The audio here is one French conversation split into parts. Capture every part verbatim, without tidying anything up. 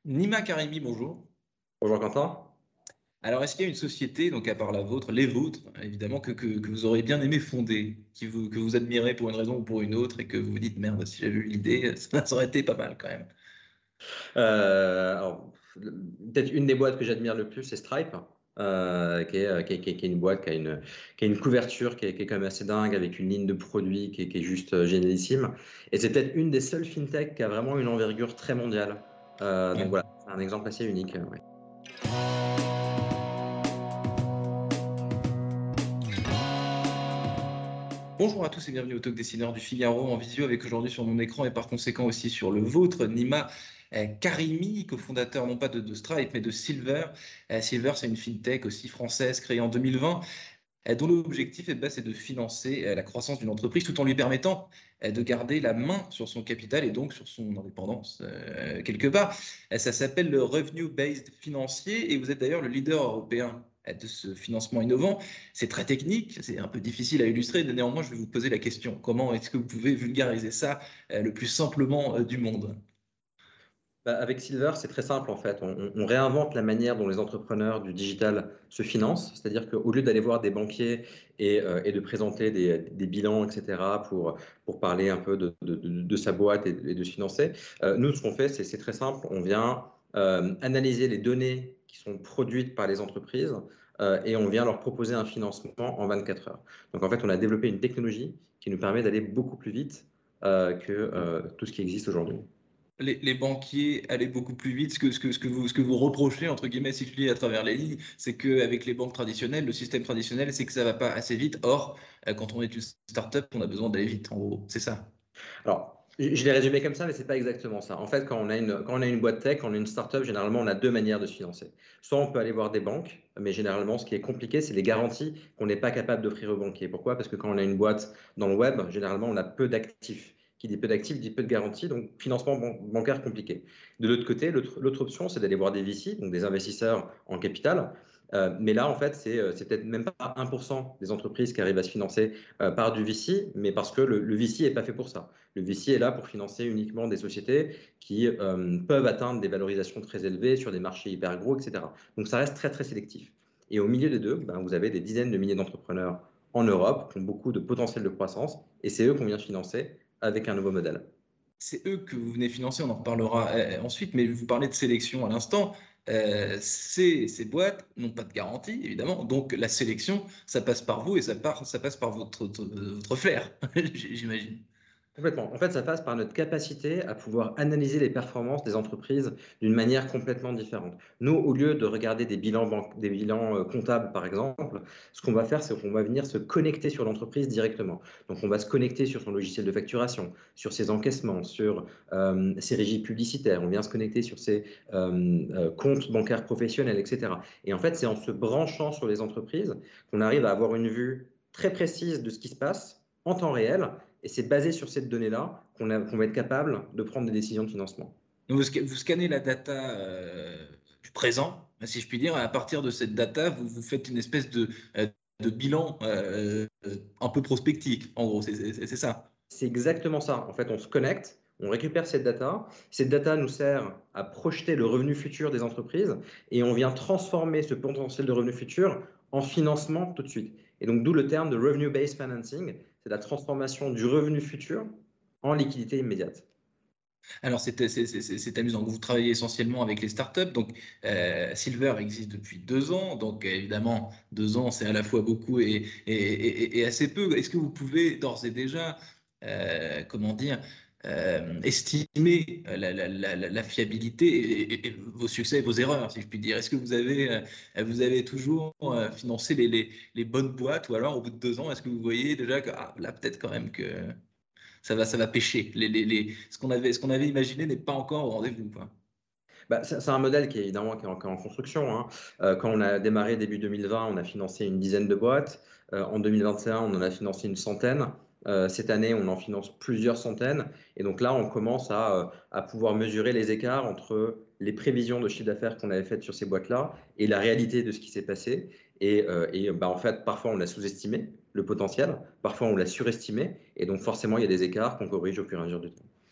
Nima Karimi, bonjour. Bonjour Quentin. Alors, est-ce qu'il y a une société, donc à part la vôtre, les vôtres, évidemment, que, que, que vous auriez bien aimé fonder, qui vous, que vous admirez pour une raison ou pour une autre, et que vous vous dites, merde, si j'avais eu l'idée, ça, ça aurait été pas mal quand même. Euh, alors, peut-être une des boîtes que j'admire le plus, c'est Stripe, euh, qui est, euh, qui est- qui est- qui est une boîte qui a une, qui a une couverture qui est, qui est quand même assez dingue, avec une ligne de produits qui est, qui est juste euh, génialissime. Et c'est peut-être une des seules fintech qui a vraiment une envergure très mondiale. Euh, donc Ouais. voilà, c'est un exemple assez unique. euh, ouais. Bonjour à tous et bienvenue au Talk Dessineur du Figaro en visio avec aujourd'hui sur mon écran et par conséquent aussi sur le vôtre, Nima euh, Karimi, cofondateur non pas de, de Stripe mais de Silver. Euh, Silver, c'est une fintech aussi française créée en deux mille vingt euh, dont l'objectif eh ben, c'est de financer euh, la croissance d'une entreprise tout en lui permettant euh, de garder la main sur son capital et donc sur son indépendance euh, quelque part. Euh, ça s'appelle le Revenue-Based Financier et vous êtes d'ailleurs le leader européen euh, de ce financement innovant. C'est très technique, c'est un peu difficile à illustrer, mais néanmoins je vais vous poser la question. Comment est-ce que vous pouvez vulgariser ça euh, le plus simplement euh, du monde? Bah, avec Silver, c'est très simple en fait. On, on- on réinvente la manière dont les entrepreneurs du digital se financent. C'est-à-dire qu'au lieu d'aller voir des banquiers et, euh, et de présenter des, des bilans, et cetera, pour, pour parler un peu de, de- de- de sa boîte et, de et de se financer, euh, nous, ce qu'on fait, c'est c'est très simple. On vient euh, analyser les données qui sont produites par les entreprises euh, et on vient leur proposer un financement en vingt-quatre heures. Donc en fait, on a développé une technologie qui nous permet d'aller beaucoup plus vite euh, que euh, tout ce qui existe aujourd'hui. les, les banquiers allaient beaucoup plus vite. Ce que, ce que, ce que vous, ce que vous reprochez, entre guillemets, si je lis à travers les lignes, c'est qu'avec les banques traditionnelles, le système traditionnel, c'est que ça va pas assez vite. Or, euh, quand on est une start-up, on a besoin d'aller vite, en gros. C'est ça. Alors, je je l'ai résumé comme ça, mais c'est pas exactement ça. En fait, quand on a une, quand on a une boîte tech, quand on a une startup, généralement, on a deux manières de se financer. Soit on peut aller voir des banques, mais généralement, ce qui est compliqué, c'est les garanties qu'on n'est pas capable d'offrir aux banquiers. Pourquoi? Parce que quand on a une boîte dans le web, généralement, on a peu d'actifs. Qui dit peu d'actifs dit peu de garanties, donc financement ban- bancaire compliqué. De l'autre côté, l'autre l'autre option, c'est d'aller voir des V C, donc des investisseurs en capital. Euh, mais là, en fait, c'est euh, c'est peut-être même pas un pour cent des entreprises qui arrivent à se financer euh, par du V C, mais parce que le, le V C n'est pas fait pour ça. Le V C est là pour financer uniquement des sociétés qui euh, peuvent atteindre des valorisations très élevées sur des marchés hyper gros, et cetera. Donc ça reste très très sélectif. Et au milieu des deux, ben, vous avez des dizaines de milliers d'entrepreneurs en Europe qui ont beaucoup de potentiel de croissance, et c'est eux qu'on vient financer avec un nouveau modèle. C'est eux que vous venez financer, on en reparlera euh, ensuite, mais vous parlez de sélection à l'instant. Euh, ces, ces boîtes n'ont pas de garantie, évidemment. Donc, la sélection, ça passe par vous et ça, part, ça passe par votre, votre, votre flair, j'imagine. Complètement. En fait, ça passe par notre capacité à pouvoir analyser les performances des entreprises d'une manière complètement différente. Nous, au lieu de regarder des bilans, banc- des bilans euh, comptables, par exemple, ce qu'on va faire, c'est qu'on va venir se connecter sur l'entreprise directement. Donc, on va se connecter sur son logiciel de facturation, sur ses encaissements, sur euh, ses régies publicitaires. On vient se connecter sur ses euh, euh, comptes bancaires professionnels, et cetera. Et en fait, c'est en se branchant sur les entreprises qu'on arrive à avoir une vue très précise de ce qui se passe en temps réel et c'est basé sur cette donnée-là qu'on a- qu'on va être capable de prendre des décisions de financement. Donc, vous, sca- vous scannez la data euh, du présent, si je puis dire, et à partir de cette data, vous, vous faites une espèce de, euh, de bilan euh, euh, un peu prospectif, en gros, c'est c'est- c'est ça. C'est exactement ça. En fait, on se connecte, on récupère cette data. Cette data nous sert à projeter le revenu futur des entreprises et on vient transformer ce potentiel de revenu futur en financement tout de suite. Et donc, d'où le terme de revenue-based financing, c'est la transformation du revenu futur en liquidité immédiate. Alors, c'est c'est- c'est- c'est- c'est amusant. Vous travaillez essentiellement avec les startups. Donc, euh, Silver existe depuis deux ans. Donc, euh, évidemment, deux ans, c'est à la fois beaucoup et, et- et- et assez peu. Est-ce que vous pouvez d'ores et déjà, euh, comment dire, euh, estimer la, la- la- la- la fiabilité et, et- et vos succès et vos erreurs, si je puis dire? Est-ce que vous avez, euh, vous avez toujours euh, financé les, les- les bonnes boîtes ou alors, au bout de deux ans, est-ce que vous voyez déjà que ah, là, peut-être quand même que ça va, ça va pêcher. Les, les, les, ce qu'on avait, ce qu'on avait imaginé n'est pas encore au rendez-vous, quoi. Bah, c'est c'est un modèle qui est évidemment qui est encore en construction, hein. Euh, quand on a démarré début deux mille vingt, on a financé une dizaine de boîtes. Euh, en deux mille vingt et un, on en a financé une centaine. Euh, cette année, on en finance plusieurs centaines. Et donc là, on commence à, euh, à pouvoir mesurer les écarts entre les prévisions de chiffre d'affaires qu'on avait faites sur ces boîtes-là et la réalité de ce qui s'est passé. Et, euh, et bah, en fait, parfois, on a sous-estimé le potentiel, parfois, on l'a surestimé. Et donc, forcément, il y a des écarts qu'on corrige au fur et à mesure du temps.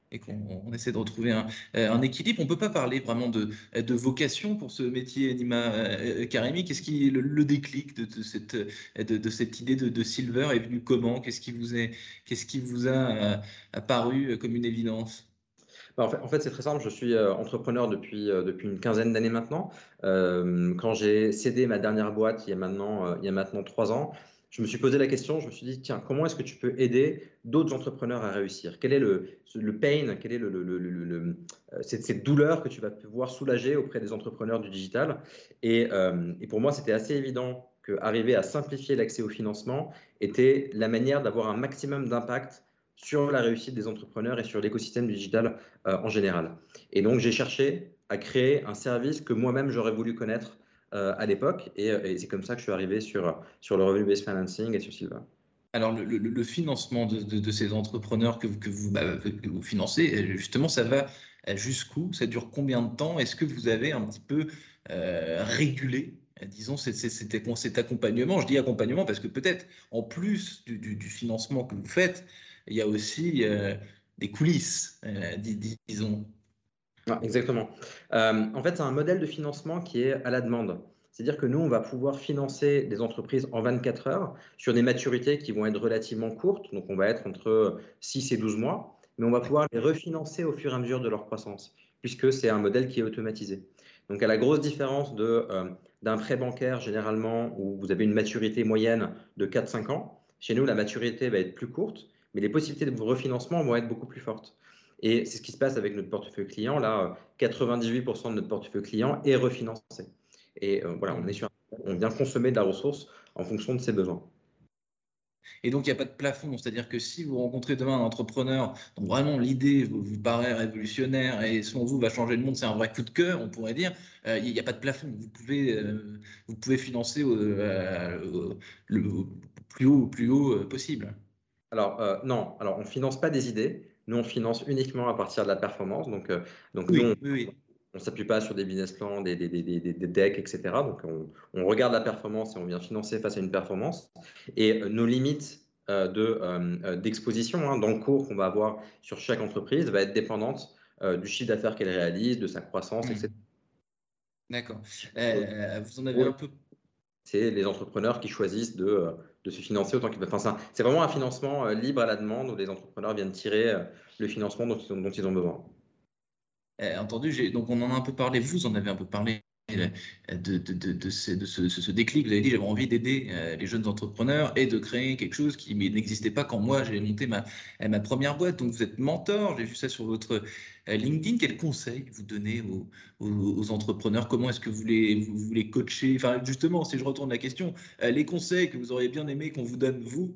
et qu'on on essaie de retrouver un, euh, un équilibre. On ne peut pas parler vraiment de, de vocation pour ce métier, Nima euh, Karimi. Qu'est-ce qui le, le déclic de, de, cette, de, de cette idée de, de Silver est venu comment? Qu'est-ce qui vous est, qu'est-ce qui vous a euh, apparu comme une évidence? Bah, en fait, en fait, c'est très simple. Je suis euh, entrepreneur depuis, euh, depuis une quinzaine d'années maintenant. Euh, quand j'ai cédé ma dernière boîte il y a maintenant, euh, il y a maintenant trois ans, je me suis posé la question, je me suis dit, tiens, comment est-ce que tu peux aider d'autres entrepreneurs à réussir? Quel est le, le pain, quelle est le, le, le, le- le- euh, cette, cette douleur que tu vas pouvoir soulager auprès des entrepreneurs du digital? Et, euh, et pour moi, c'était assez évident qu'arriver à simplifier l'accès au financement était la manière d'avoir un maximum d'impact sur la réussite des entrepreneurs et sur l'écosystème du digital euh, en général. Et donc, j'ai cherché à créer un service que moi-même j'aurais voulu connaître euh, à l'époque. Et, et c'est comme ça que je suis arrivé sur, sur le revenue-based financing et sur Silver. Alors, le, le- le financement de, de- de ces entrepreneurs que, vous- que vous, bah, que vous financez, justement, ça va jusqu'où? Ça dure combien de temps? Est-ce que vous avez un petit peu euh, régulé, euh, disons, cet, cet- cet- cet accompagnement? Je dis accompagnement parce que peut-être, en plus du, du- du financement que vous faites, il y a aussi euh, des coulisses, euh, dis- dis- disons. Ah, exactement. Euh, en fait, c'est un modèle de financement qui est à la demande. C'est-à-dire que nous, on va pouvoir financer des entreprises en vingt-quatre heures sur des maturités qui vont être relativement courtes. Donc, on va être entre six et douze mois, mais on va pouvoir les refinancer au fur et à mesure de leur croissance, puisque c'est un modèle qui est automatisé. Donc, à la grosse différence de, euh, d'un prêt bancaire, généralement, où vous avez une maturité moyenne de quatre à cinq ans, chez nous, la maturité va être plus courte, mais les possibilités de refinancement vont être beaucoup plus fortes. Et c'est ce qui se passe avec notre portefeuille client. Là, quatre-vingt-dix-huit pour cent de notre portefeuille client est refinancé. Et euh, voilà, on est sur, on vient consommer de la ressource en fonction de ses besoins. Et donc, il n'y a pas de plafond. C'est-à-dire que si vous rencontrez demain un entrepreneur dont vraiment l'idée vous, vous paraît révolutionnaire et selon vous va changer le monde, c'est un vrai coup de cœur, on pourrait dire, euh, il n'y a pas de plafond. Vous pouvez, euh, vous pouvez financer au, euh, au- le au plus haut, au plus haut euh, possible. Alors, euh, non, alors on ne finance pas des idées. Nous, on finance uniquement à partir de la performance. Donc, euh, donc nous, on Oui, oui, oui. ne s'appuie pas sur des business plans, des, des, des, des, des decks, et cetera. Donc, on, on regarde la performance et on vient financer face à une performance. Et euh, nos limites euh, de, euh, euh, d'exposition, hein, d'encours qu'on va avoir sur chaque entreprise va être dépendante euh, du chiffre d'affaires qu'elle réalise, de sa croissance, Hmm. et cetera. D'accord. Euh, vous en avez Pour un peu. c'est les entrepreneurs qui choisissent de, euh, de se financer autant qu'ils peuvent. Enfin, ça- c'est vraiment un financement euh, libre à la demande où les entrepreneurs viennent tirer euh, le financement dont ils ont, dont ils ont besoin. Euh, entendu, j'ai- donc on en a un peu parlé, vous en avez un peu parlé euh, de, de, de, de ce, de ce- ce- ce déclic. Vous avez dit j'avais envie d'aider euh, les jeunes entrepreneurs et de créer quelque chose qui n'existait pas quand moi j'ai monté ma, euh, ma première boîte. Donc vous êtes mentor, j'ai vu ça sur votre euh, LinkedIn. Quels conseils vous donnez aux, aux, aux entrepreneurs? Comment est-ce que vous les, vous, vous les coachez? Enfin, justement, si je retourne la question, euh, les conseils que vous auriez bien aimé qu'on vous donne, vous,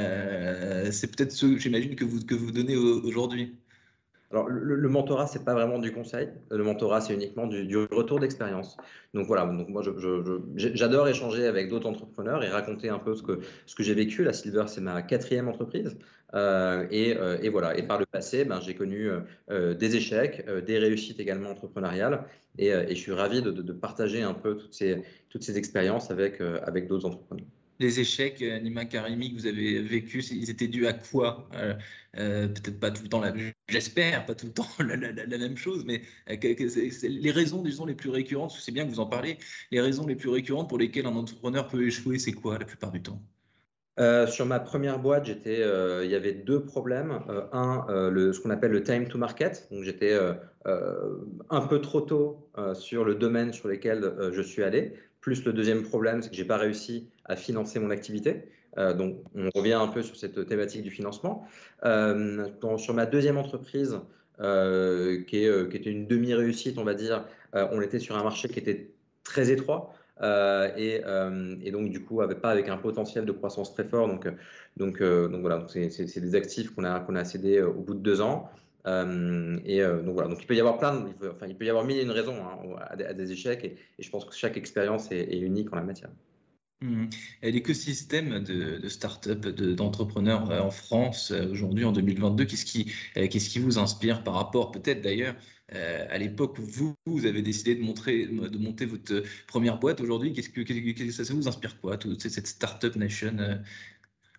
euh, c'est peut-être ceux, j'imagine, que vous, que vous donnez au- aujourd'hui. Alors, le, le mentorat, c'est pas vraiment du conseil. Le mentorat, c'est uniquement du, du retour d'expérience. Donc voilà, donc moi, je- je- je- j'adore échanger avec d'autres entrepreneurs et raconter un peu ce que, ce que j'ai vécu. La Silver, c'est ma quatrième entreprise. Euh, et, euh, et voilà. Et par le passé, ben, j'ai connu euh, euh, des échecs, euh, des réussites également entrepreneuriales. Et, euh, et je suis ravi de, de- de partager un peu toutes ces, toutes ces expériences avec, euh, avec d'autres entrepreneurs. Les échecs, euh, Nima Karimi, que vous avez vécu, ils étaient dus à quoi? Euh, euh, peut-être pas tout le temps, la, j'espère, pas tout le temps la, la- la- la même chose, mais euh, que- que c'est- c'est les raisons, disons, les plus récurrentes, parce que c'est bien que vous en parlez, les raisons les plus récurrentes pour lesquelles un entrepreneur peut échouer, c'est quoi la plupart du temps? Euh, sur ma première boîte, j'étais, euh, il y avait deux problèmes. Euh, un, euh, le, ce qu'on appelle le time to market. Donc, j'étais euh, euh, un peu trop tôt euh, sur le domaine sur lequel euh, je suis allé. Plus le deuxième problème, c'est que j'ai pas réussi à financer mon activité. Euh, donc, on revient un peu sur cette thématique du financement. Euh, dans- sur ma deuxième entreprise, euh, qui, est, euh, qui était une demi-réussite, on va dire, euh, on était sur un marché qui était très étroit. Euh, et, euh, et donc, du coup, avec, pas avec un potentiel de croissance très fort. Donc, euh, donc, euh, donc voilà, donc c'est c'est- c'est des actifs qu'on a, qu'on a cédés euh, au bout de deux ans. Euh, et euh, donc voilà, donc il peut y avoir plein de, il peut, enfin, il peut y avoir mille et une raisons hein, à, des, à des échecs. Et, et je pense que chaque expérience est, est unique en la matière. Hmm. Et l'écosystème de, de start-up, de- d'entrepreneurs euh, en France euh, aujourd'hui en deux mille vingt-deux, qu'est-ce qui, euh, qu'est-ce qui vous inspire par rapport peut-être d'ailleurs euh, à l'époque où vous, vous avez décidé de, montrer, de monter votre première boîte aujourd'hui, qu'est-ce que, qu'est-ce que ça, ça vous inspire quoi, toute cette cette start-up nation? euh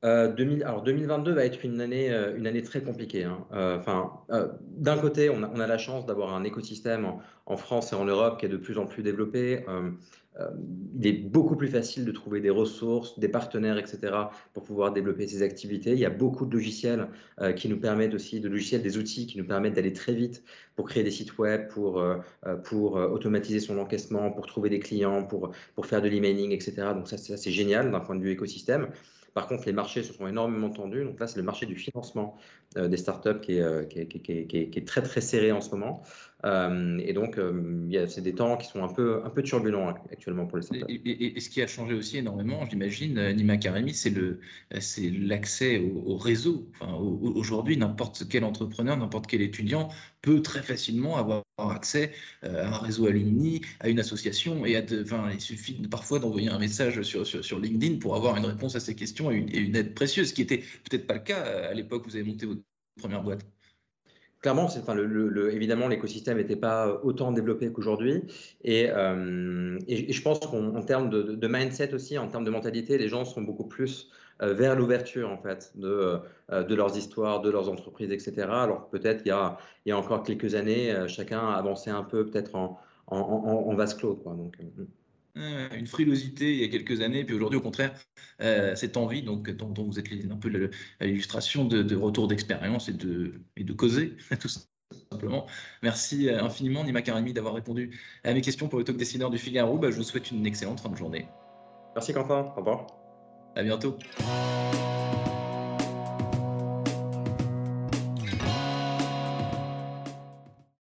Euh, deux mille, alors deux mille vingt-deux va être une année, euh, une année très compliquée, hein. Euh, enfin, euh, d'un côté, on a, on a la chance d'avoir un écosystème en, en France et en Europe qui est de plus en plus développé. Euh, euh, il est beaucoup plus facile de trouver des ressources, des partenaires, et cetera, pour pouvoir développer ces activités. Il y a beaucoup de logiciels euh, qui nous permettent aussi, de logiciels, des outils qui nous permettent d'aller très vite pour créer des sites web, pour, euh, pour euh, automatiser son encaissement, pour trouver des clients, pour, pour faire de l'emailing, et cetera. Donc ça, ça c'est génial d'un point de vue écosystème. Par contre, les marchés se sont énormément tendus. Donc là, c'est le marché du financement euh, des startups qui est, euh, qui, est, qui, est, qui, est, qui est très, très serré en ce moment. Euh, et donc, euh, c'est des temps qui sont un peu, un peu turbulents actuellement pour les startups. Et, et, et ce qui a changé aussi énormément, j'imagine, euh, Nima Karimi, c'est le, c'est l'accès au, au réseau. Enfin, aujourd'hui, n'importe quel entrepreneur, n'importe quel étudiant peut très facilement avoir accès euh, à un réseau alumni, à une association. Et à de, enfin, il suffit parfois d'envoyer un message sur, sur, sur LinkedIn pour avoir une réponse à ces questions et une, et une aide précieuse, ce qui était peut-être pas le cas à l'époque où vous avez monté votre première boîte. Clairement, c'est, enfin, le, le, le, évidemment, l'écosystème n'était pas autant développé qu'aujourd'hui. Et, euh, et, et je pense qu'en termes de, de, de mindset aussi, en termes de mentalité, les gens sont beaucoup plus euh, vers l'ouverture en fait, de, euh, de leurs histoires, de leurs entreprises, et cetera. Alors peut-être il y a, il y a encore quelques années, euh, chacun a avancé un peu peut-être en, en, en, en vase clos, quoi. Donc, euh, Une frilosité il y a quelques années, puis aujourd'hui, au contraire, euh, cette envie, donc, dont, dont vous êtes un peu l'illustration de, de retour d'expérience et de, et de causer, tout simplement. Merci infiniment, Nima Karimi, d'avoir répondu à mes questions pour le Talk Dessineur du Figaro. Bah, je vous souhaite une excellente fin de journée. merci Quentin, au revoir. À bientôt.